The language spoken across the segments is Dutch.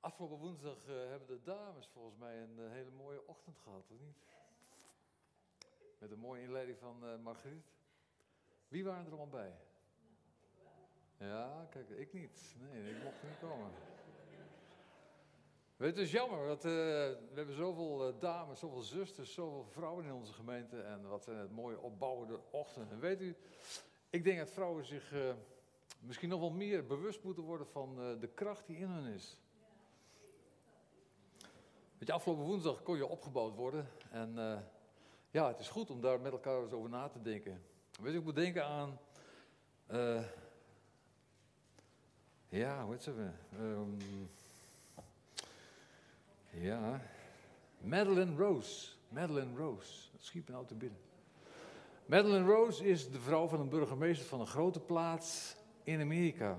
Afgelopen woensdag hebben de dames volgens mij een hele mooie ochtend gehad, of niet? Met een mooie inleiding van Margriet. Wie waren er allemaal bij? Ja, kijk, ik niet. Nee, ik mocht er niet komen. Weet je, het is jammer, want we hebben zoveel dames, zoveel zusters, zoveel vrouwen in onze gemeente. En wat zijn het mooie opbouwende ochtenden. En weet u, ik denk dat vrouwen zich misschien nog wel meer bewust moeten worden van de kracht die in hen is. Weet je, afgelopen woensdag kon je opgebouwd worden. En ja, het is goed om daar met elkaar eens over na te denken. Weet je, ik moet denken aan... ja, hoe heet ze weer? Ja, Madeleine Rose. Madeleine Rose, dat schiet me nou te binnen. Madeleine Rose is de vrouw van een burgemeester van een grote plaats in Amerika.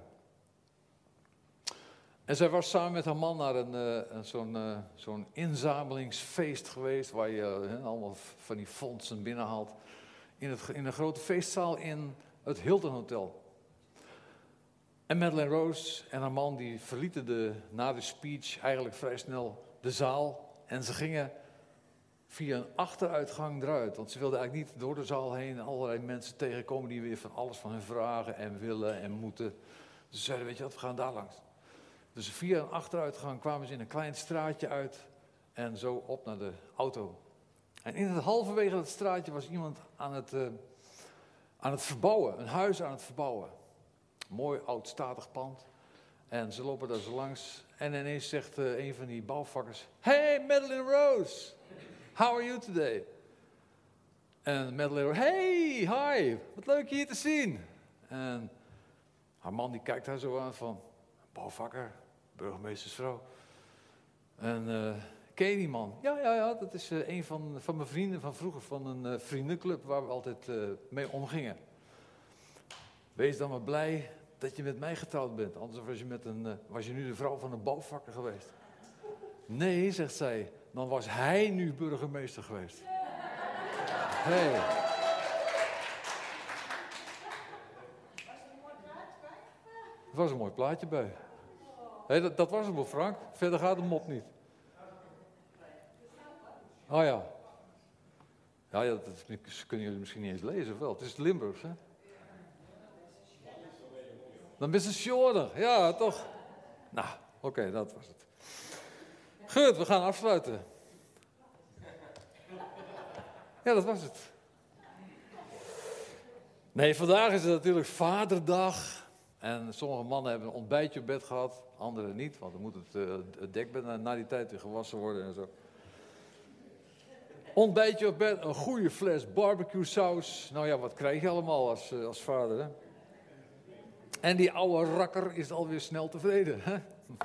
En zij was samen met haar man naar zo'n inzamelingsfeest geweest, waar je allemaal van die fondsen binnenhaalt, in een grote feestzaal in het Hilton Hotel. En Madeleine Rose en haar man die verlieten na de speech eigenlijk vrij snel de zaal. En ze gingen via een achteruitgang eruit. Want ze wilden eigenlijk niet door de zaal heen allerlei mensen tegenkomen die weer van alles van hen vragen en willen en moeten. Dus ze zeiden, weet je wat, we gaan daar langs. Dus via een achteruitgang kwamen ze in een klein straatje uit en zo op naar de auto. En in het halverwege dat straatje was iemand aan het verbouwen, een huis aan het verbouwen. Mooi oud statig pand. En ze lopen daar zo langs. En ineens zegt een van die bouwvakkers: Hey Madeleine Rose, how are you today? En Madeleine Rose: Hey, hi, wat leuk je hier te zien. En haar man die kijkt haar zo aan van: bouwvakker, burgemeestersvrouw. En ken je die man? Ja, dat is een van mijn vrienden van vroeger, van een vriendenclub waar we altijd mee omgingen. Wees dan maar blij dat je met mij getrouwd bent. Anders was je nu de vrouw van een bouwvakker geweest. Nee, zegt zij, dan was hij nu burgemeester geweest. Hey. Er was een mooi plaatje bij. Hey, dat was hem, Frank. Verder gaat de mop niet. Oh ja. Ja, dat kunnen jullie misschien niet eens lezen, of wel? Het is Limburgs, hè? Dan ben je Sjorder. Ja, toch? Nou, oké, dat was het. Goed, we gaan afsluiten. Ja, dat was het. Nee, vandaag is het natuurlijk Vaderdag. En sommige mannen hebben een ontbijtje op bed gehad, anderen niet. Want dan moet het dekbed na die tijd weer gewassen worden en zo. Ontbijtje op bed, een goede fles barbecue saus. Nou ja, wat krijg je allemaal als vader, hè? En die oude rakker is alweer snel tevreden. Hè?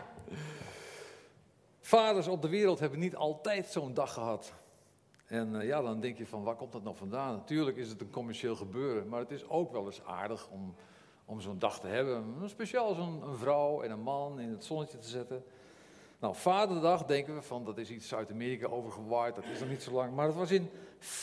Vaders op de wereld hebben niet altijd zo'n dag gehad. En ja, dan denk je van, waar komt dat nou vandaan? Natuurlijk is het een commercieel gebeuren, maar het is ook wel eens aardig om zo'n dag te hebben. Speciaal zo'n vrouw en een man in het zonnetje te zetten. Nou, Vaderdag denken we van, dat is iets uit Amerika overgewaaid, dat is nog niet zo lang. Maar het was in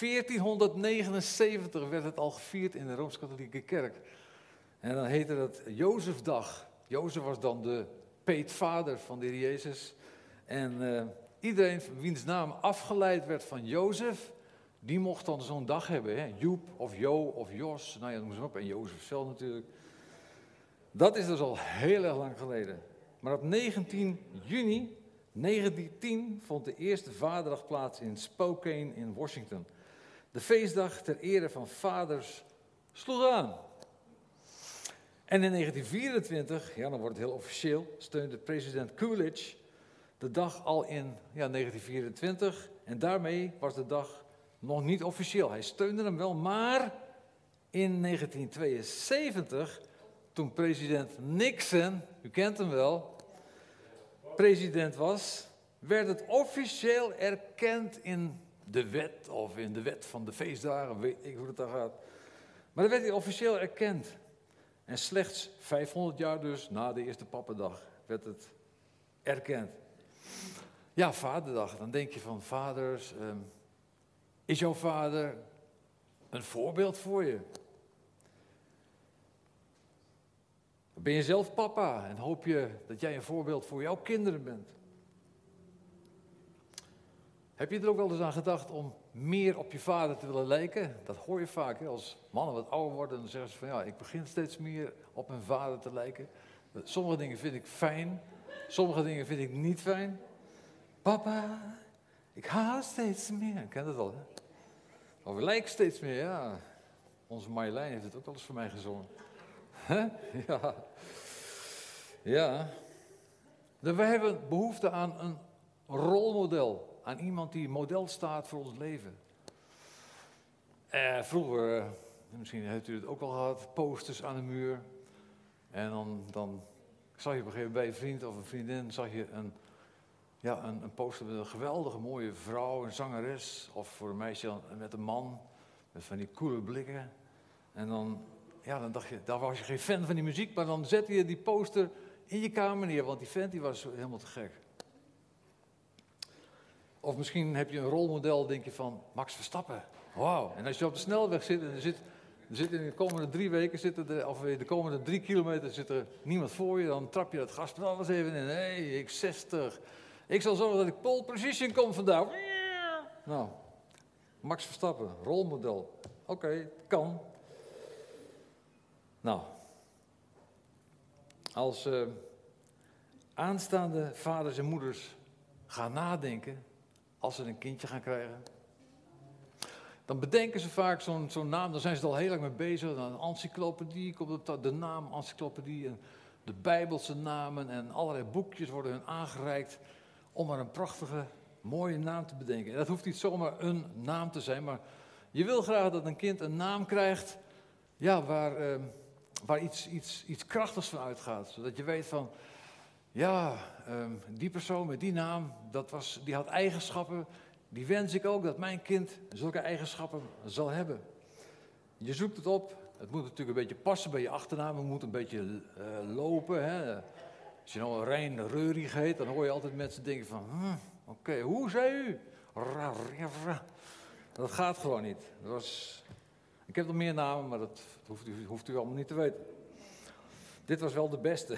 1479 werd het al gevierd in de Rooms-Katholieke Kerk. En dan heette dat Jozefdag. Jozef was dan de peetvader van de Heer Jezus. En iedereen wiens naam afgeleid werd van Jozef, die mocht dan zo'n dag hebben. Hè? Joep of Jo of Jos, nou ja, noem ze op. En Jozef zelf natuurlijk. Dat is dus al heel erg lang geleden. Maar op 19 juni 1910 vond de eerste Vaderdag plaats in Spokane in Washington. De feestdag ter ere van vaders sloeg aan. En in 1924, ja, dan wordt het heel officieel, steunde president Coolidge de dag al in 1924. En daarmee was de dag nog niet officieel. Hij steunde hem wel, maar in 1972, toen president Nixon, u kent hem wel, president was, werd het officieel erkend in de wet of in de wet van de feestdagen, weet ik hoe het daar gaat. Maar dan werd hij officieel erkend. En slechts 500 jaar dus na de eerste Pappendag werd het erkend. Ja, Vaderdag. Dan denk je van vaders. Is jouw vader een voorbeeld voor je? Ben je zelf papa en hoop je dat jij een voorbeeld voor jouw kinderen bent? Heb je er ook wel eens aan gedacht om meer op je vader te willen lijken? Dat hoor je vaak, hè? Als mannen wat ouder worden, dan zeggen ze van ja, ik begin steeds meer op mijn vader te lijken. Sommige dingen vind ik fijn, sommige dingen vind ik niet fijn. Papa, ik haal steeds meer. Ken dat wel, hè? Maar we lijken steeds meer, ja. Onze Marjolein heeft het ook al eens voor mij gezongen. Hè? Ja. Ja. We hebben behoefte aan een rolmodel. Aan iemand die model staat voor ons leven. Vroeger, misschien heeft u het ook al gehad, posters aan de muur. En dan zag je op een gegeven moment bij een vriend of een vriendin zag je een poster met een geweldige mooie vrouw, een zangeres. Of voor een meisje met een man, met van die coole blikken. En dan dacht je, daar was je geen fan van die muziek, maar dan zette je die poster in je kamer neer, want die vent die was helemaal te gek. Of misschien heb je een rolmodel, denk je van Max Verstappen. Wauw. En als je op de snelweg zit en er zit in de komende 3 weken, of in de komende 3 kilometer zit er niemand voor je, dan trap je dat gaspedaal eens even in. Hé, ik 60. Ik zal zorgen dat ik pole position kom vandaag. Nou, Max Verstappen, rolmodel. Oké, kan. Nou, als aanstaande vaders en moeders gaan nadenken, als ze een kindje gaan krijgen, dan bedenken ze vaak zo'n naam, dan zijn ze er al heel lang mee bezig. Dan een encyclopedie, komt op de naam encyclopedie, en de Bijbelse namen en allerlei boekjes worden hun aangereikt om maar een prachtige, mooie naam te bedenken. En dat hoeft niet zomaar een naam te zijn, maar je wil graag dat een kind een naam krijgt, ja, waar iets krachtigs van uitgaat. Zodat je weet van, ja, die persoon met die naam, die had eigenschappen. Die wens ik ook dat mijn kind zulke eigenschappen zal hebben. Je zoekt het op. Het moet natuurlijk een beetje passen bij je achternaam. Het moet een beetje lopen. Hè. Als je nou Rijn Reurig heet, dan hoor je altijd mensen denken van, oké, hoe zei u? Dat gaat gewoon niet. Ik heb nog meer namen, maar dat hoeft u allemaal niet te weten. Dit was wel de beste.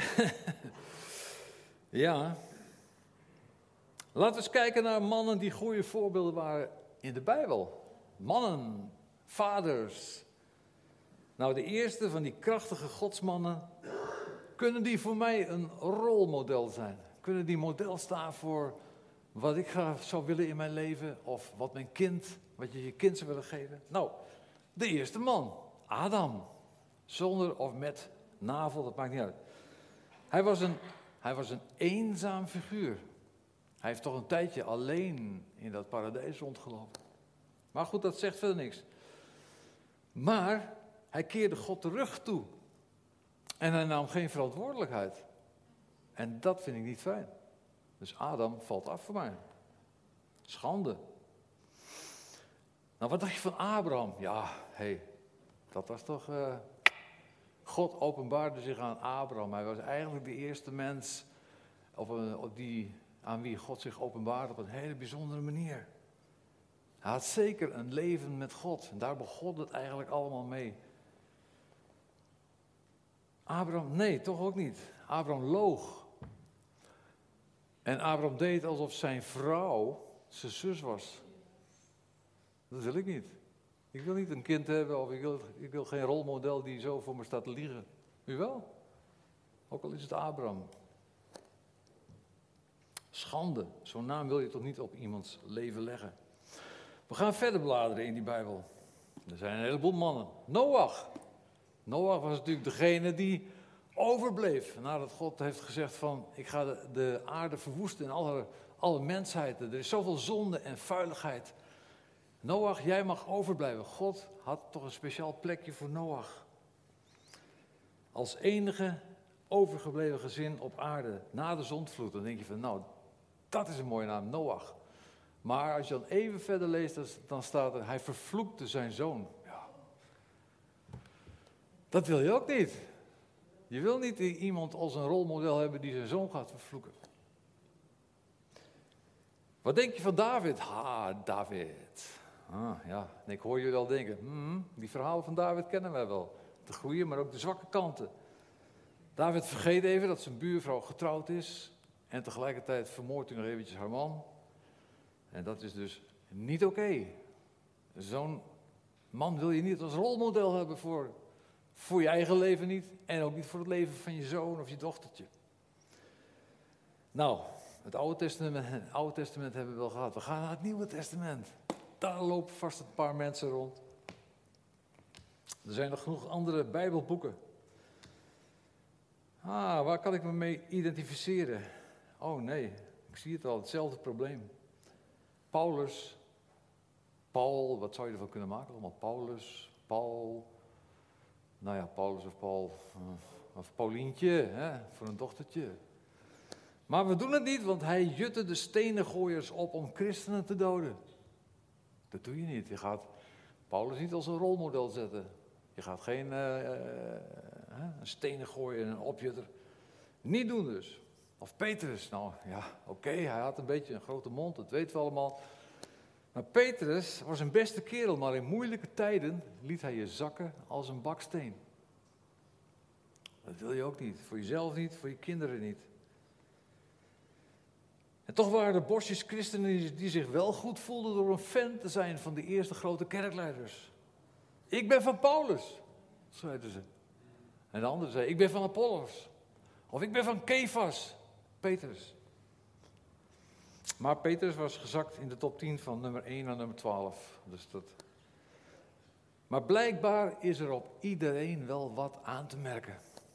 Ja. Laten we eens kijken naar mannen die goede voorbeelden waren in de Bijbel. Mannen, vaders. Nou, de eerste van die krachtige godsmannen, kunnen die voor mij een rolmodel zijn? Kunnen die model staan voor wat ik graag zou willen in mijn leven? Of wat je je kind zou willen geven? Nou, de eerste man, Adam. Zonder of met navel, dat maakt niet uit. Hij was een eenzaam figuur. Hij heeft toch een tijdje alleen in dat paradijs rondgelopen. Maar goed, dat zegt verder niks. Maar hij keerde God de rug toe. En hij nam geen verantwoordelijkheid. En dat vind ik niet fijn. Dus Adam valt af voor mij. Schande. Nou, wat dacht je van Abraham? Ja, dat was toch... God openbaarde zich aan Abraham. Hij was eigenlijk de eerste mens aan wie God zich openbaarde op een hele bijzondere manier. Hij had zeker een leven met God. En daar begon het eigenlijk allemaal mee. Abraham, nee, toch ook niet. Abraham loog. En Abraham deed alsof zijn vrouw zijn zus was. Dat wil ik niet. Ik wil niet een kind hebben of ik wil geen rolmodel die zo voor me staat te liegen. U wel? Ook al is het Abraham. Schande. Zo'n naam wil je toch niet op iemands leven leggen. We gaan verder bladeren in die Bijbel. Er zijn een heleboel mannen. Noach. Noach was natuurlijk degene die overbleef. Nadat God heeft gezegd van, ik ga de aarde verwoesten en alle mensheid. Er is zoveel zonde en vuiligheid. Noach, jij mag overblijven. God had toch een speciaal plekje voor Noach. Als enige overgebleven gezin op aarde na de zondvloed. Dan denk je van, nou, dat is een mooie naam, Noach. Maar als je dan even verder leest, dan staat er, hij vervloekte zijn zoon. Ja. Dat wil je ook niet. Je wil niet iemand als een rolmodel hebben die zijn zoon gaat vervloeken. Wat denk je van David? David. Ja, en ik hoor jullie al denken, die verhalen van David kennen wij wel. De goede, maar ook de zwakke kanten. David vergeet even dat zijn buurvrouw getrouwd is. En tegelijkertijd vermoordt hij nog eventjes haar man. En dat is dus niet oké. Zo'n man wil je niet als rolmodel hebben voor je eigen leven niet. En ook niet voor het leven van je zoon of je dochtertje. Nou, het Oude Testament hebben we wel gehad. We gaan naar het Nieuwe Testament. Daar lopen vast een paar mensen rond. Er zijn nog genoeg andere Bijbelboeken. Waar kan ik me mee identificeren? Oh nee, ik zie het al, hetzelfde probleem. Paul, wat zou je ervan kunnen maken? Allemaal Paulus of Paul, of Paulientje, hè, voor een dochtertje. Maar we doen het niet, want hij jutte de stenengooiers op om christenen te doden. Dat doe je niet. Je gaat Paulus niet als een rolmodel zetten. Je gaat geen een stenen gooien en een opjutter. Niet doen dus. Of Petrus, nou ja, oké, hij had een beetje een grote mond, dat weten we allemaal. Maar Petrus was een beste kerel, maar in moeilijke tijden liet hij je zakken als een baksteen. Dat wil je ook niet. Voor jezelf niet, voor je kinderen niet. En toch waren er bosjes christenen die zich wel goed voelden door een fan te zijn van de eerste grote kerkleiders. Ik ben van Paulus, zeiden ze. En de andere zei, ik ben van Apollos. Of ik ben van Kefas, Petrus. Maar Petrus was gezakt in de top 10 van nummer 1 naar nummer 12. Maar blijkbaar is er op iedereen wel wat aan te merken.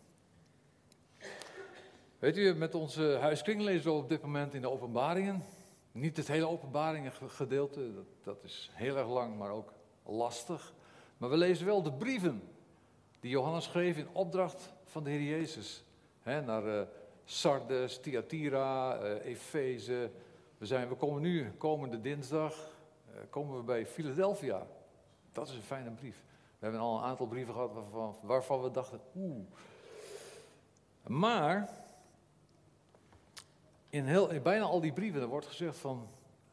Weet u, met onze huiskring lezen we op dit moment in de openbaringen. Niet het hele openbaringengedeelte, dat is heel erg lang, maar ook lastig. Maar we lezen wel de brieven die Johannes schreef in opdracht van de Heer Jezus. Naar Sardes, Thyatira, Efeze. We komen nu, komende dinsdag, komen we bij Philadelphia. Dat is een fijne brief. We hebben al een aantal brieven gehad waarvan we dachten, Maar in bijna al die brieven er wordt gezegd van,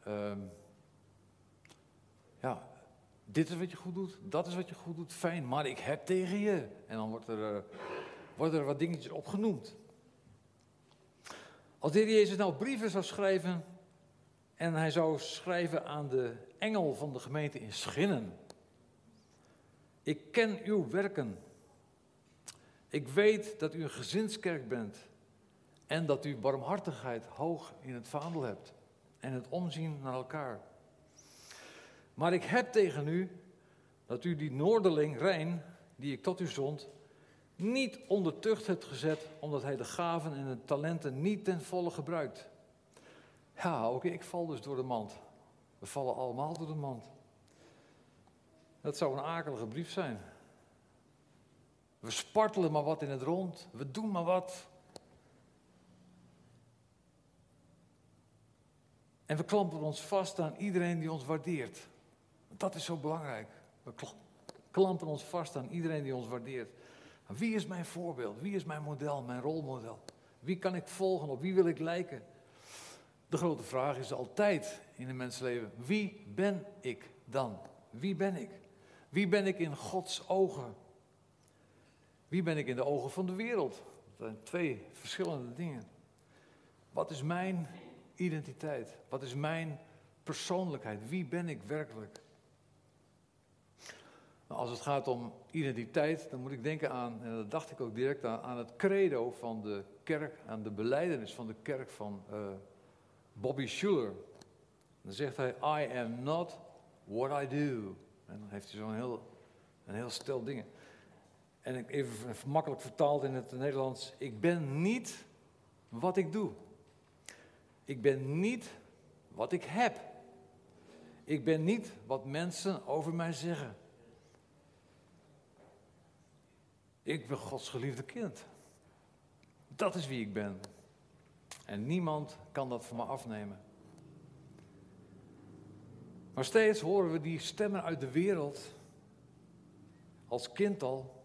dit is wat je goed doet, dat is wat je goed doet, fijn, maar ik heb tegen je. En dan worden er wat dingetjes opgenoemd. Als de Heer Jezus nou brieven zou schrijven en hij zou schrijven aan de engel van de gemeente in Schinnen. Ik ken uw werken. Ik weet dat u een gezinskerk bent en dat u barmhartigheid hoog in het vaandel hebt en het omzien naar elkaar. Maar ik heb tegen u dat u die Noorderling Rijn, die ik tot u zond, niet onder tucht hebt gezet, omdat hij de gaven en de talenten niet ten volle gebruikt. Ja, oké, ik val dus door de mand. We vallen allemaal door de mand. Dat zou een akelige brief zijn. We spartelen maar wat in het rond. We doen maar wat. En we klampen ons vast aan iedereen die ons waardeert. Dat is zo belangrijk. We klampen ons vast aan iedereen die ons waardeert. Wie is mijn voorbeeld? Wie is mijn model, mijn rolmodel? Wie kan ik volgen? Op wie wil ik lijken? De grote vraag is altijd in een mensenleven, wie ben ik dan? Wie ben ik? Wie ben ik in Gods ogen? Wie ben ik in de ogen van de wereld? Dat zijn twee verschillende dingen. Wat is mijn identiteit? Wat is mijn persoonlijkheid? Wie ben ik werkelijk? Nou, als het gaat om identiteit, dan moet ik denken aan, en dat dacht ik ook direct aan het credo van de kerk, aan de belijdenis van de kerk van Bobby Schuller. Dan zegt hij, I am not what I do. En dan heeft hij zo'n heel stel dingen. En even makkelijk vertaald in het Nederlands, ik ben niet wat ik doe. Ik ben niet wat ik heb. Ik ben niet wat mensen over mij zeggen. Ik ben Gods geliefde kind. Dat is wie ik ben. En niemand kan dat van me afnemen. Maar steeds horen we die stemmen uit de wereld, als kind al.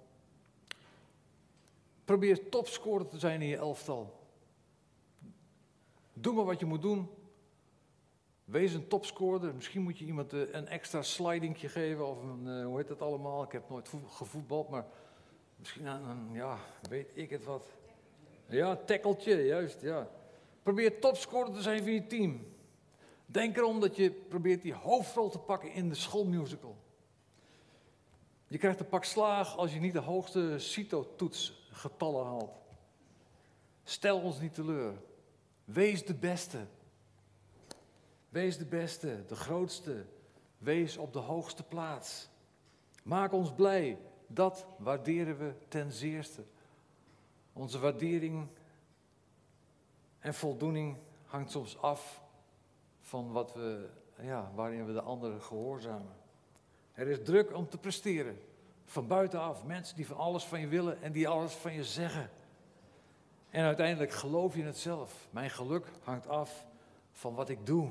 Probeer topscorer te zijn in je elftal. Doe maar wat je moet doen. Wees een topscorer. Misschien moet je iemand een extra slidingje geven of hoe heet dat allemaal? Ik heb nooit gevoetbald, maar misschien weet ik het wat. Ja, tackeltje, juist, ja. Probeer topscorer te zijn van je team. Denk erom dat je probeert die hoofdrol te pakken in de schoolmusical. Je krijgt een pak slaag als je niet de hoogste CITO-toetsgetallen haalt. Stel ons niet teleur. Wees de beste. Wees de beste, de grootste. Wees op de hoogste plaats. Maak ons blij. Dat waarderen we ten zeerste. Onze waardering en voldoening hangt soms af van waarin we de anderen gehoorzamen. Er is druk om te presteren. Van buitenaf. Mensen die van alles van je willen en die alles van je zeggen. En uiteindelijk geloof je het zelf. Mijn geluk hangt af van wat ik doe.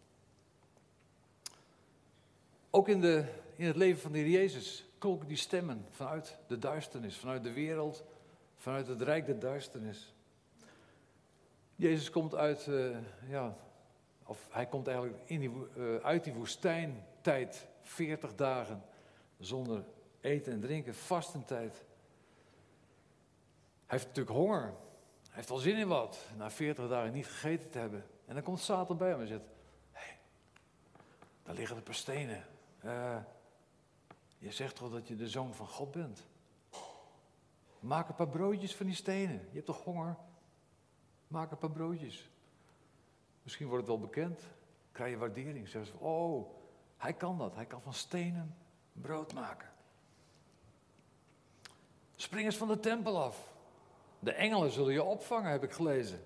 Ook in het leven van de Heer Jezus klonken die stemmen vanuit de duisternis, vanuit de wereld, vanuit het rijk der duisternis. Jezus komt hij komt eigenlijk uit die woestijntijd, 40 dagen, zonder eten en drinken, vastentijd. Hij heeft natuurlijk honger, hij heeft al zin in wat, na 40 dagen niet gegeten te hebben. En dan komt Satan bij hem en zegt, daar liggen een paar stenen. Je zegt toch dat je de zoon van God bent? Maak een paar broodjes van die stenen. Je hebt toch honger? Maak een paar broodjes. Misschien wordt het wel bekend. Krijg je waardering. Zeggen ze, oh, hij kan dat. Hij kan van stenen brood maken. Spring eens van de tempel af. De engelen zullen je opvangen, heb ik gelezen.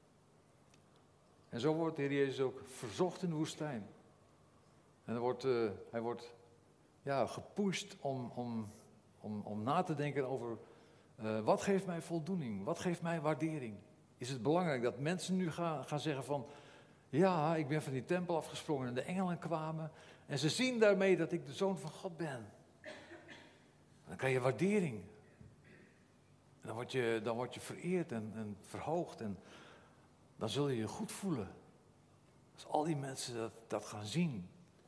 En zo wordt de Heer Jezus ook verzocht in de woestijn. En hij wordt gepusht om na te denken over wat geeft mij voldoening, wat geeft mij waardering. Is het belangrijk dat mensen nu gaan zeggen van, ja, ik ben van die tempel afgesprongen en de engelen kwamen en ze zien daarmee dat ik de zoon van God ben. Dan krijg je waardering. En dan word je vereerd en verhoogd en dan zul je je goed voelen. Als al die mensen dat gaan zien.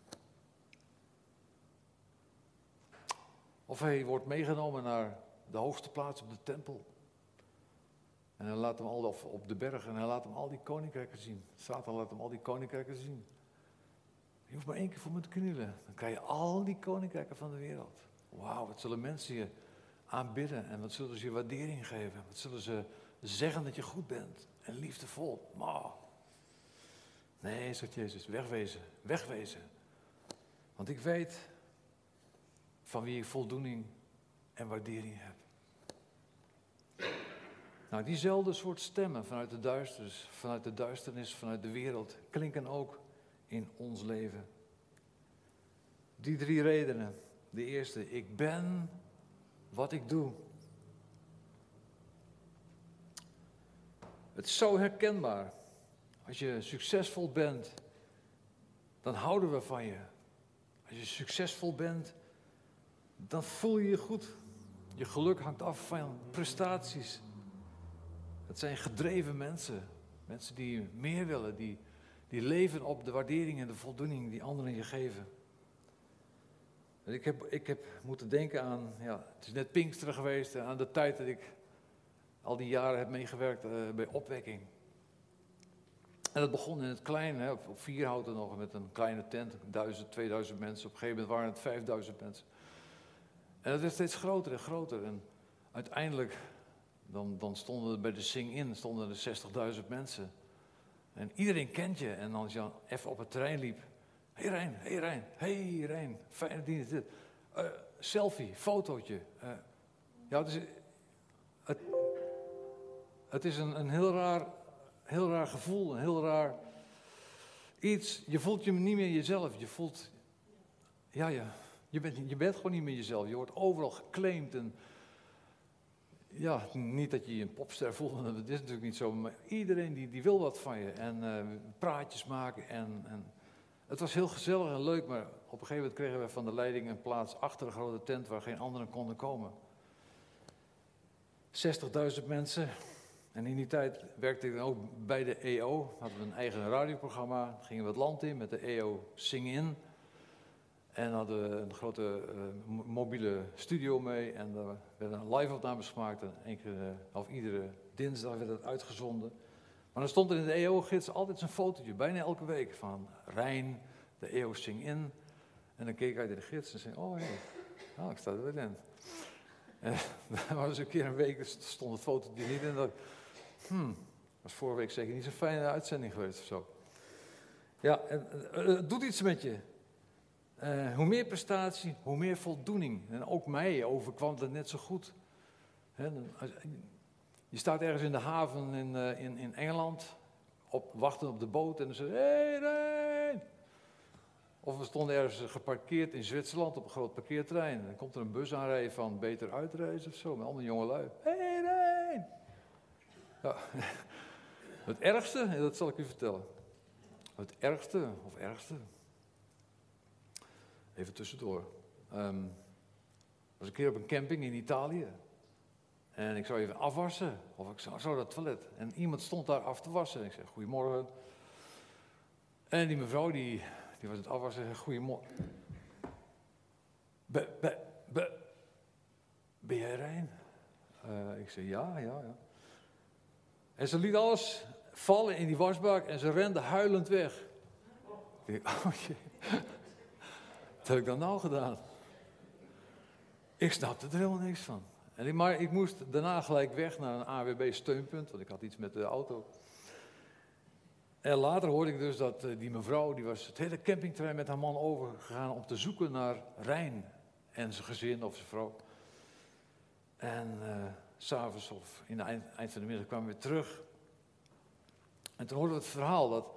Of hij wordt meegenomen naar de hoogste plaats op de tempel. En hij laat hem op de berg en hij laat hem al die koninkrijken zien. Satan laat hem al die koninkrijken zien. Je hoeft maar 1 keer voor me te knielen. Dan krijg je al die koninkrijken van de wereld. Wauw, wat zullen mensen je aanbidden en wat zullen ze je waardering geven. Wat zullen ze zeggen dat je goed bent en liefdevol. Maar nee, zegt Jezus, wegwezen, wegwezen. Want ik weet van wie ik voldoening en waardering heb. Nou, diezelfde soort stemmen vanuit de duisternis, vanuit de wereld, klinken ook in ons leven. Die 3 redenen. De eerste, ik ben wat ik doe. Het is zo herkenbaar. Als je succesvol bent, dan houden we van je. Als je succesvol bent, dan voel je je goed. Je geluk hangt af van prestaties. Het zijn gedreven mensen. Mensen die meer willen, die leven op de waardering en de voldoening die anderen je geven. En ik heb moeten denken aan, het is net Pinksteren geweest, aan de tijd dat ik al die jaren heb meegewerkt bij opwekking. En dat begon in het klein, op Vierhouten nog, met een kleine tent, 1000, 2000 mensen. Op een gegeven moment waren het 5000 mensen. En dat werd steeds groter en groter. En uiteindelijk, dan stonden er bij de Sing-In, stonden er 60.000 mensen. En iedereen kent je. En als je even op het terrein liep. Hey Rijn, fijne dienst dit. Selfie, fotootje. Het is een heel raar gevoel, een heel raar iets. Je voelt je niet meer jezelf. Je voelt, je bent gewoon niet meer jezelf. Je wordt overal geclaimd. En ja, niet dat je je een popster voelt, dat is natuurlijk niet zo. Maar iedereen die wil wat van je. En praatjes maken. En het was heel gezellig en leuk. Maar op een gegeven moment kregen we van de leiding een plaats achter een grote tent waar geen anderen konden komen. 60.000 mensen. En in die tijd werkte ik dan ook bij de EO. Hadden we een eigen radioprogramma. Gingen we het land in met de EO Sing-In. En hadden we een grote mobiele studio mee. En er werden live opnames gemaakt. En iedere dinsdag werd het uitgezonden. Maar dan stond er in de EO-gids altijd zo'n fotootje, bijna elke week, van Rijn, de EO Sing In. En dan keek ik uit de gids en zei, oh hé, nou, ik sta er weer in. En dan was een keer een week, stond het fotootje niet in. En dacht was vorige week zeker niet zo'n fijne uitzending geweest of zo. Ja, het doet iets met je. Hoe meer prestatie, hoe meer voldoening. En ook mij overkwam dat net zo goed. Je staat ergens in de haven in Engeland, wachten op de boot en dan zeg je, hey Rijn! Of we stonden ergens geparkeerd in Zwitserland op een groot parkeerterrein. En dan komt er een bus aanrijden van Beter Uitreizen of zo, met allemaal jongelui. Hey Rijn! Ja. Het ergste, dat zal ik u vertellen. Het ergste, even tussendoor. Was een keer op een camping in Italië. En ik zou even afwassen, of ik zou dat toilet. En iemand stond daar af te wassen. En ik zei, goedemorgen. En die mevrouw, die was het afwassen, zei, goedemorgen. Ben jij Rijn? Ik zei, ja. En ze liet alles vallen in die wasbak en ze rende huilend weg. Ik dacht, oh jee, wat heb ik dan nou gedaan? Ik snapte er helemaal niks van. Maar ik moest daarna gelijk weg naar een AWB-steunpunt, want ik had iets met de auto. En later hoorde ik dus dat die mevrouw, die was het hele campingterrein met haar man overgegaan om te zoeken naar Rijn en zijn gezin of zijn vrouw. En 's avonds of in het eind van de middag kwamen we weer terug. En toen hoorden we het verhaal dat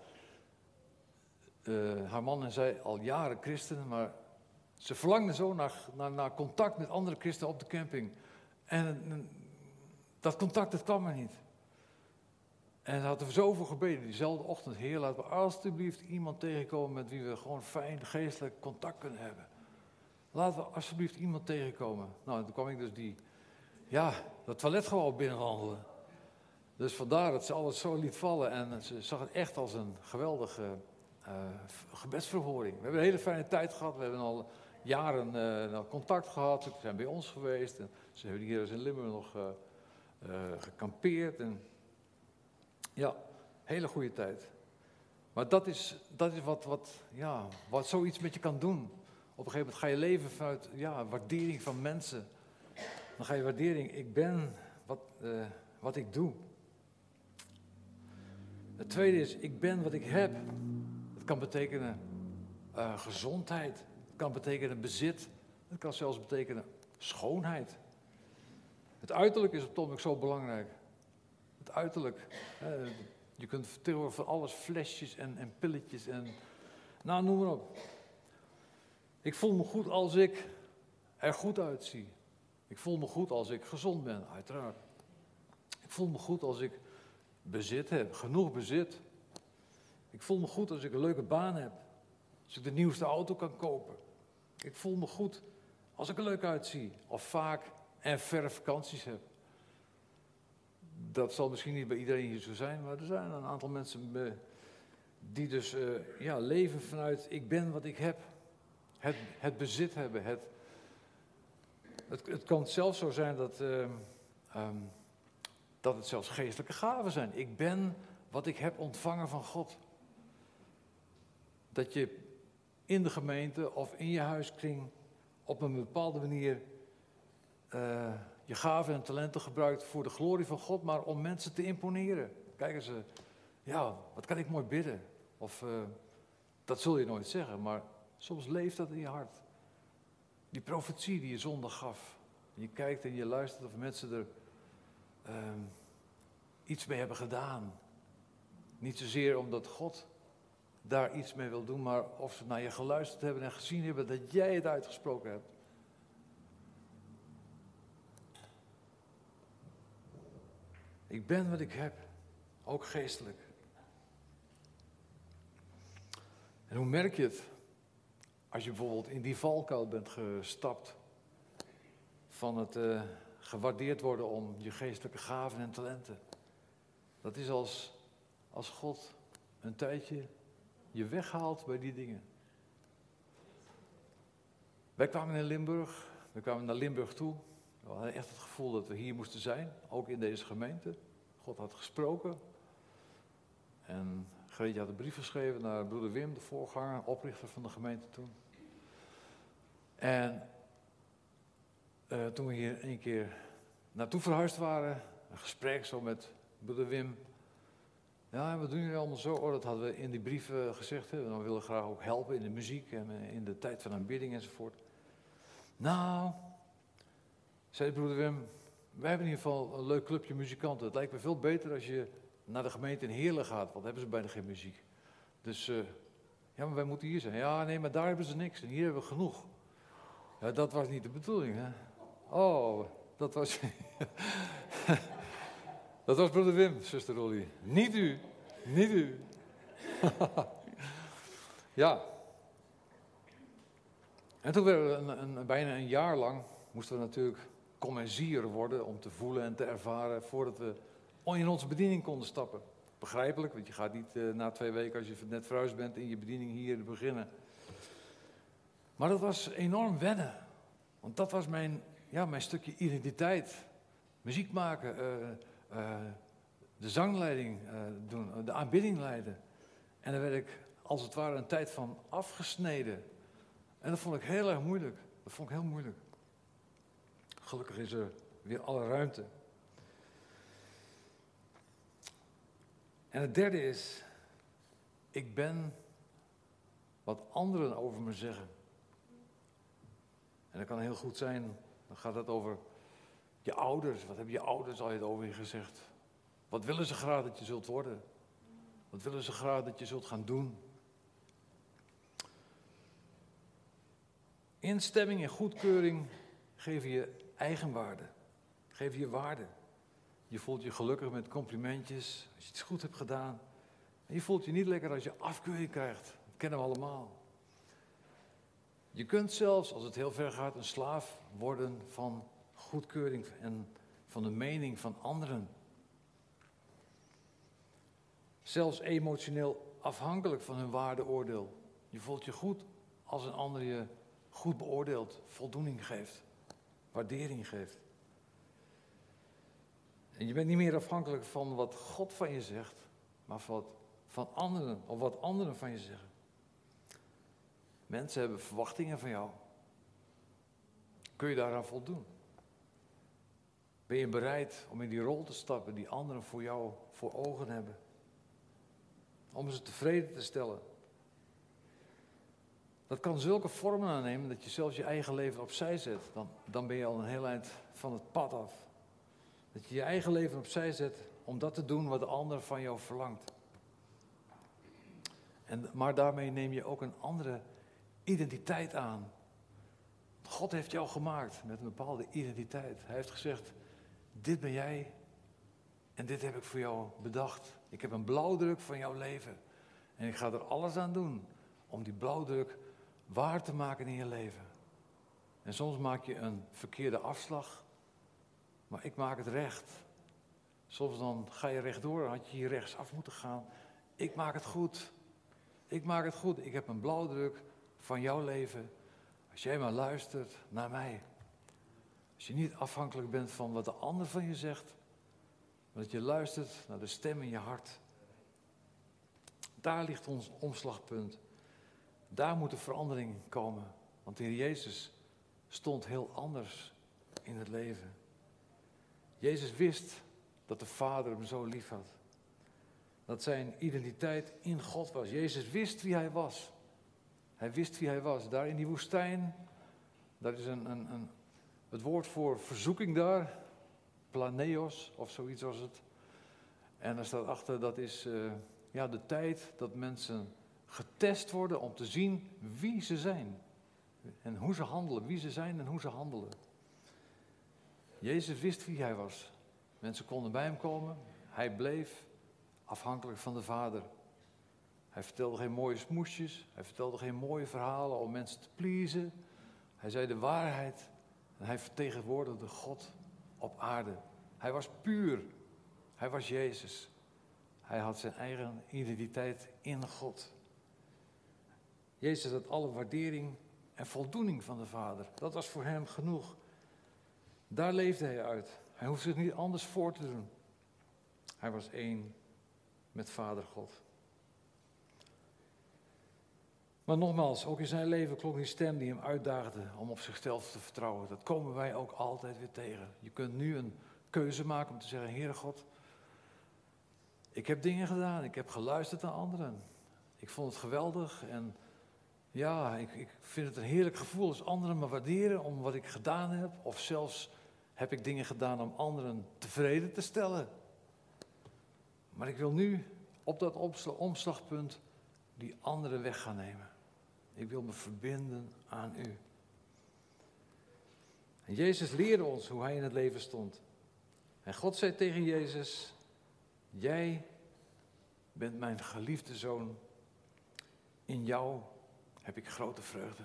haar man en zij al jaren christenen, maar ze verlangden zo naar contact met andere christenen op de camping. En dat contact, dat kwam er niet. En ze hadden zo voor gebeden, diezelfde ochtend, Heer, laten we alstublieft iemand tegenkomen met wie we gewoon fijn geestelijk contact kunnen hebben. Laten we alsjeblieft iemand tegenkomen. Nou, en toen kwam ik dus dat toiletgebouw binnenwandelen. Dus vandaar dat ze alles zo liet vallen en ze zag het echt als een geweldige gebedsverhoring. We hebben een hele fijne tijd gehad, we hebben al jaren contact gehad, ze zijn bij ons geweest. En ze hebben hier eens in Limburg nog gekampeerd. En ja, hele goede tijd. Maar dat is wat zoiets met je kan doen. Op een gegeven moment ga je leven vanuit waardering van mensen. Dan ga je waardering, ik ben wat ik doe. Het tweede is, ik ben wat ik heb. Dat kan betekenen gezondheid. Het kan betekenen bezit. Het kan zelfs betekenen schoonheid. Het uiterlijk is op het ogenblik zo belangrijk. Het uiterlijk. Je kunt tegenwoordig van alles, flesjes en pilletjes en noem maar op. Ik voel me goed als ik er goed uitzie. Ik voel me goed als ik gezond ben, uiteraard. Ik voel me goed als ik bezit heb, genoeg bezit. Ik voel me goed als ik een leuke baan heb. Als ik de nieuwste auto kan kopen. Ik voel me goed als ik er leuk uitzie. Of vaak en verre vakanties heb. Dat zal misschien niet bij iedereen hier zo zijn, maar er zijn een aantal mensen die dus leven vanuit ik ben wat ik heb. Het bezit hebben. Het kan zelfs zo zijn dat het zelfs geestelijke gaven zijn. Ik ben wat ik heb ontvangen van God. Dat je in de gemeente of in je huiskring op een bepaalde manier je gaven en talenten gebruikt voor de glorie van God, maar om mensen te imponeren. Kijk eens, wat kan ik mooi bidden? Of, dat zul je nooit zeggen, maar soms leeft dat in je hart. Die profetie die je zondag gaf. En je kijkt en je luistert of mensen er iets mee hebben gedaan. Niet zozeer omdat God daar iets mee wil doen, maar of ze naar je geluisterd hebben en gezien hebben dat jij het uitgesproken hebt. Ik ben wat ik heb, ook geestelijk. En hoe merk je het? Als je bijvoorbeeld in die valkuil bent gestapt van het gewaardeerd worden om je geestelijke gaven en talenten. Dat is als God een tijdje je weghaalt bij die dingen. Wij kwamen naar Limburg toe. We hadden echt het gevoel dat we hier moesten zijn, ook in deze gemeente. God had gesproken. En Greetje had een brief geschreven naar broeder Wim, de voorganger, oprichter van de gemeente toen. En toen we hier een keer naartoe verhuisd waren, een gesprek zo met broeder Wim. Ja, wat doen jullie allemaal zo? Oh, dat hadden we in die brief gezegd. Hè? We willen graag ook helpen in de muziek en in de tijd van aanbidding enzovoort. Nou, zei broeder Wim, wij hebben in ieder geval een leuk clubje muzikanten. Het lijkt me veel beter als je naar de gemeente in Heerlen gaat, want hebben ze bijna geen muziek. Dus, ja, maar wij moeten hier zijn. Ja, nee, maar daar hebben ze niks en hier hebben we genoeg. Ja, dat was niet de bedoeling, hè. Oh, dat was... dat was broeder Wim, zuster Rolly. Niet u, niet u. Ja. En toen werden we bijna een jaar lang, moesten we natuurlijk commensier worden om te voelen en te ervaren voordat we in onze bediening konden stappen. Begrijpelijk, want je gaat niet na 2 weken als je net verhuisd bent in je bediening hier beginnen. Maar dat was enorm wennen. Want dat was mijn stukje identiteit. Muziek maken, de zangleiding doen, de aanbidding leiden. En daar werd ik als het ware een tijd van afgesneden. En dat vond ik heel erg moeilijk. Dat vond ik heel moeilijk. Gelukkig is er weer alle ruimte. En het derde is, ik ben wat anderen over me zeggen. En dat kan heel goed zijn, dan gaat het over je ouders. Wat hebben je ouders al over je gezegd? Wat willen ze graag dat je zult worden? Wat willen ze graag dat je zult gaan doen? Instemming en goedkeuring geven je eigenwaarde, geven je waarde. Je voelt je gelukkig met complimentjes, als je iets goed hebt gedaan. En je voelt je niet lekker als je afkeuring krijgt. Dat kennen we allemaal. Je kunt zelfs, als het heel ver gaat, een slaaf worden van goedkeuring en van de mening van anderen. Zelfs emotioneel afhankelijk van hun waardeoordeel. Je voelt je goed als een ander je goed beoordeelt, voldoening geeft, waardering geeft. En je bent niet meer afhankelijk van wat God van je zegt, maar van anderen, of wat anderen van je zeggen. Mensen hebben verwachtingen van jou. Kun je daaraan voldoen? Ben je bereid om in die rol te stappen die anderen voor jou voor ogen hebben? Om ze tevreden te stellen. Dat kan zulke vormen aannemen dat je zelfs je eigen leven opzij zet. Dan ben je al een heel eind van het pad af. Dat je je eigen leven opzij zet om dat te doen wat de ander van jou verlangt. Maar daarmee neem je ook een andere identiteit aan. God heeft jou gemaakt met een bepaalde identiteit. Hij heeft gezegd, dit ben jij en dit heb ik voor jou bedacht. Ik heb een blauwdruk van jouw leven. En ik ga er alles aan doen om die blauwdruk waar te maken in je leven. En soms maak je een verkeerde afslag, maar ik maak het recht. Soms dan ga je rechtdoor, dan had je hier rechtsaf moeten gaan. Ik maak het goed. Ik maak het goed. Ik heb een blauwdruk van jouw leven. Als jij maar luistert naar mij. Als je niet afhankelijk bent van wat de ander van je zegt, maar dat je luistert naar de stem in je hart. Daar ligt ons omslagpunt. Daar moet de verandering komen. Want de Heer Jezus stond heel anders in het leven. Jezus wist dat de Vader hem zo lief had. Dat zijn identiteit in God was. Jezus wist wie hij was. Hij wist wie hij was. Daar in die woestijn, daar is het woord voor verzoeking daar. Planeos of zoiets was het. En daar staat achter, dat is de tijd dat mensen getest worden om te zien wie ze zijn. En hoe ze handelen, wie ze zijn en hoe ze handelen. Jezus wist wie hij was. Mensen konden bij hem komen. Hij bleef afhankelijk van de Vader. Hij vertelde geen mooie smoesjes. Hij vertelde geen mooie verhalen om mensen te pleasen. Hij zei de waarheid. En hij vertegenwoordigde God op aarde. Hij was puur. Hij was Jezus. Hij had zijn eigen identiteit in God. Jezus had alle waardering en voldoening van de Vader. Dat was voor hem genoeg. Daar leefde hij uit. Hij hoefde zich niet anders voor te doen. Hij was één met Vader God. Maar nogmaals, ook in zijn leven klonk die stem die hem uitdaagde om op zichzelf te vertrouwen. Dat komen wij ook altijd weer tegen. Je kunt nu een keuze maken om te zeggen, Heere God, ik heb dingen gedaan, ik heb geluisterd naar anderen. Ik vond het geweldig en ja, ik vind het een heerlijk gevoel als anderen me waarderen om wat ik gedaan heb. Of zelfs heb ik dingen gedaan om anderen tevreden te stellen. Maar ik wil nu op dat omslagpunt die andere weg gaan nemen. Ik wil me verbinden aan u. En Jezus leerde ons hoe hij in het leven stond. En God zei tegen Jezus, jij bent mijn geliefde zoon. In jou heb ik grote vreugde.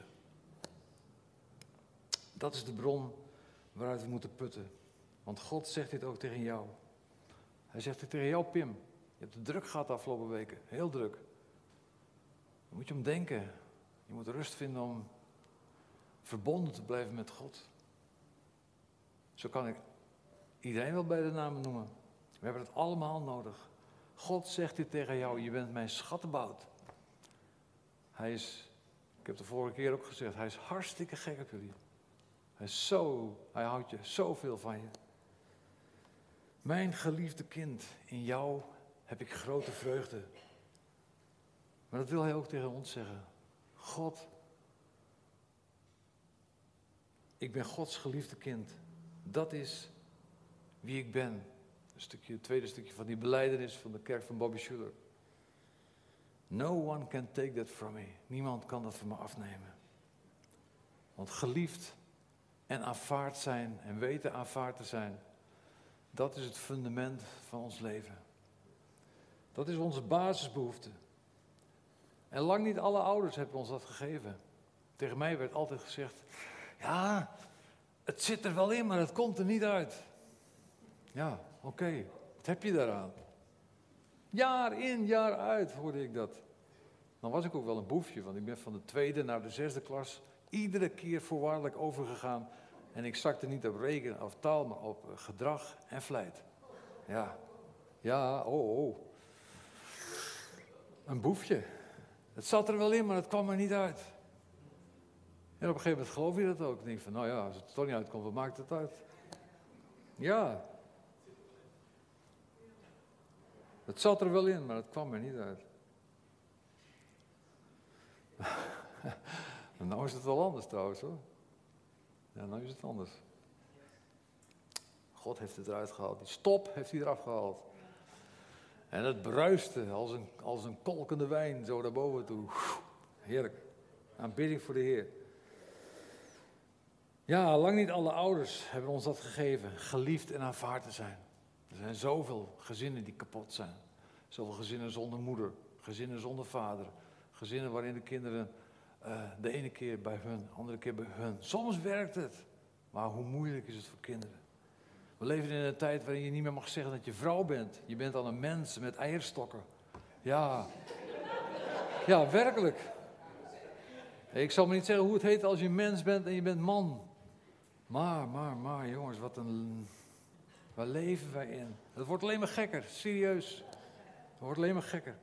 Dat is de bron waaruit we moeten putten. Want God zegt dit ook tegen jou. Hij zegt dit tegen jou, Pim. Je hebt het druk gehad de afgelopen weken. Heel druk. Daar moet je om denken. Je moet rust vinden om verbonden te blijven met God. Zo kan ik iedereen wel bij de naam noemen. We hebben het allemaal nodig. God zegt dit tegen jou. Je bent mijn schattenbout. Hij is, ik heb de vorige keer ook gezegd, hij is hartstikke gek op jullie. Hij houdt je zoveel van je. Mijn geliefde kind, in jou heb ik grote vreugde. Maar dat wil hij ook tegen ons zeggen. God, ik ben Gods geliefde kind. Dat is wie ik ben. Het tweede stukje van die belijdenis van de kerk van Bobby Schuller. No one can take that from me. Niemand kan dat van me afnemen. Want geliefd en aanvaard zijn en weten aanvaard te zijn, dat is het fundament van ons leven. Dat is onze basisbehoefte. En lang niet alle ouders hebben ons dat gegeven. Tegen mij werd altijd gezegd, ja, het zit er wel in, maar het komt er niet uit. Ja, oké, wat heb je daaraan? Jaar in, jaar uit hoorde ik dat. Dan was ik ook wel een boefje, want ik ben van de 2e naar de 6e klas iedere keer voorwaardelijk overgegaan. En ik zakte niet op rekenen of taal, maar op gedrag en vlijt. Ja, oh. Een boefje. Het zat er wel in, maar het kwam er niet uit. En op een gegeven moment geloof je dat ook. Ik denk van, nou ja, als het er toch niet uitkomt, wat maakt het uit? Ja. Het zat er wel in, maar het kwam er niet uit. Nou is het wel anders trouwens hoor. Ja, nou is het anders. God heeft het eruit gehaald. Die stop heeft hij eraf gehaald. En het bruiste als een kolkende wijn zo naar boven toe. Heerlijk. Aanbidding voor de Heer. Ja, lang niet alle ouders hebben ons dat gegeven. Geliefd en aanvaard te zijn. Er zijn zoveel gezinnen die kapot zijn. Zoveel gezinnen zonder moeder. Gezinnen zonder vader. Gezinnen waarin de kinderen de ene keer bij hun, de andere keer bij hun. Soms werkt het. Maar hoe moeilijk is het voor kinderen? We leven in een tijd waarin je niet meer mag zeggen dat je vrouw bent. Je bent al een mens met eierstokken. Ja, werkelijk. Ik zal maar niet zeggen hoe het heet als je mens bent en je bent man. Maar jongens, waar leven wij in? Het wordt alleen maar gekker, serieus. Het wordt alleen maar gekker.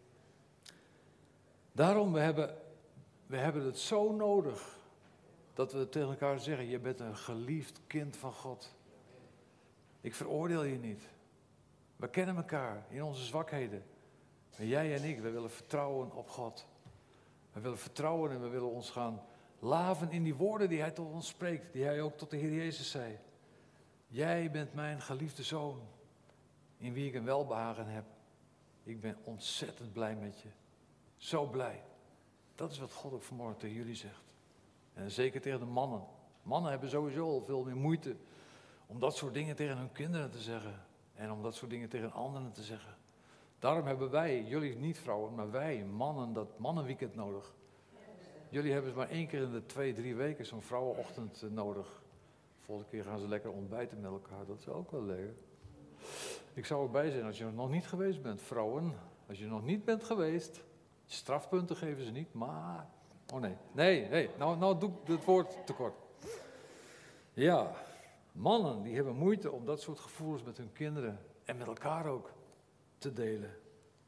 Daarom, we hebben het zo nodig dat we tegen elkaar zeggen, je bent een geliefd kind van God. Ik veroordeel je niet. We kennen elkaar in onze zwakheden. En jij en ik, we willen vertrouwen op God. We willen vertrouwen en we willen ons gaan laven in die woorden die hij tot ons spreekt. Die hij ook tot de Heer Jezus zei. Jij bent mijn geliefde zoon, in wie ik een welbehagen heb. Ik ben ontzettend blij met je. Zo blij. Dat is wat God ook vanmorgen tegen jullie zegt. En zeker tegen de mannen. Mannen hebben sowieso al veel meer moeite om dat soort dingen tegen hun kinderen te zeggen. En om dat soort dingen tegen anderen te zeggen. Daarom hebben wij, jullie niet vrouwen, maar wij mannen, dat mannenweekend nodig. Jullie hebben maar 1 keer in de 2-3 weken zo'n vrouwenochtend nodig. Volgende keer gaan ze lekker ontbijten met elkaar, dat is ook wel lekker. Ik zou erbij zijn als je nog niet geweest bent, vrouwen. Als je nog niet bent geweest, strafpunten geven ze niet, maar... Oh nee, nou doe ik het woord tekort. Ja, mannen die hebben moeite om dat soort gevoelens met hun kinderen en met elkaar ook te delen.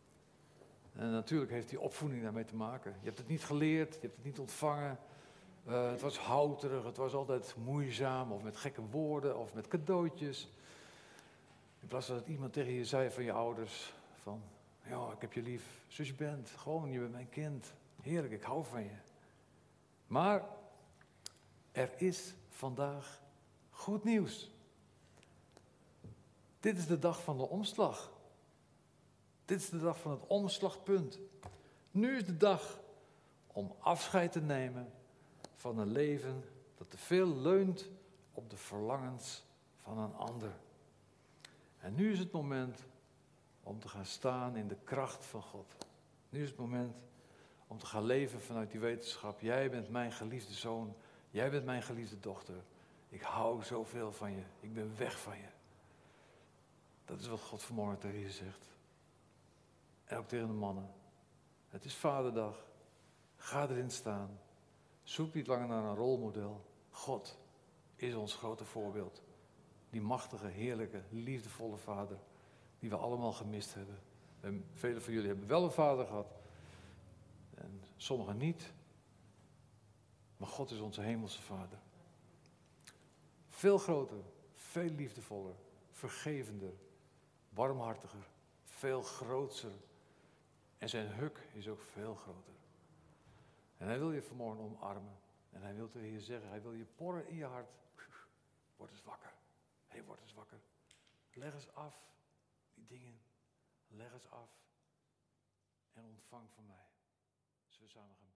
En natuurlijk heeft die opvoeding daarmee te maken. Je hebt het niet geleerd, je hebt het niet ontvangen. Het was houterig, het was altijd moeizaam, of met gekke woorden, of met cadeautjes. In plaats van dat iemand tegen je zei van je ouders, van, ja, ik heb je lief, zoals je bent, gewoon, je bent mijn kind. Heerlijk, ik hou van je. Maar er is vandaag goed nieuws. Dit is de dag van de omslag. Dit is de dag van het omslagpunt. Nu is de dag om afscheid te nemen van een leven dat te veel leunt op de verlangens van een ander. En nu is het moment om te gaan staan in de kracht van God. Nu is het moment om te gaan leven vanuit die wetenschap. Jij bent mijn geliefde zoon, jij bent mijn geliefde dochter. Ik hou zoveel van je, ik ben weg van je. Dat is wat God vanmorgen tegen je zegt. En ook tegen de mannen. Het is Vaderdag. Ga erin staan. Zoek niet langer naar een rolmodel. God is ons grote voorbeeld. Die machtige, heerlijke, liefdevolle Vader. Die we allemaal gemist hebben. En velen van jullie hebben wel een vader gehad. En sommigen niet. Maar God is onze hemelse Vader. Veel groter, veel liefdevoller, vergevender, warmhartiger, veel grootser. En zijn huk is ook veel groter. En hij wil je vanmorgen omarmen. En hij wil tegen je zeggen, hij wil je porren in je hart. Word eens wakker. Hé, word eens wakker. Leg eens af die dingen. Leg eens af. En ontvang van mij. Zullen we samen gaan.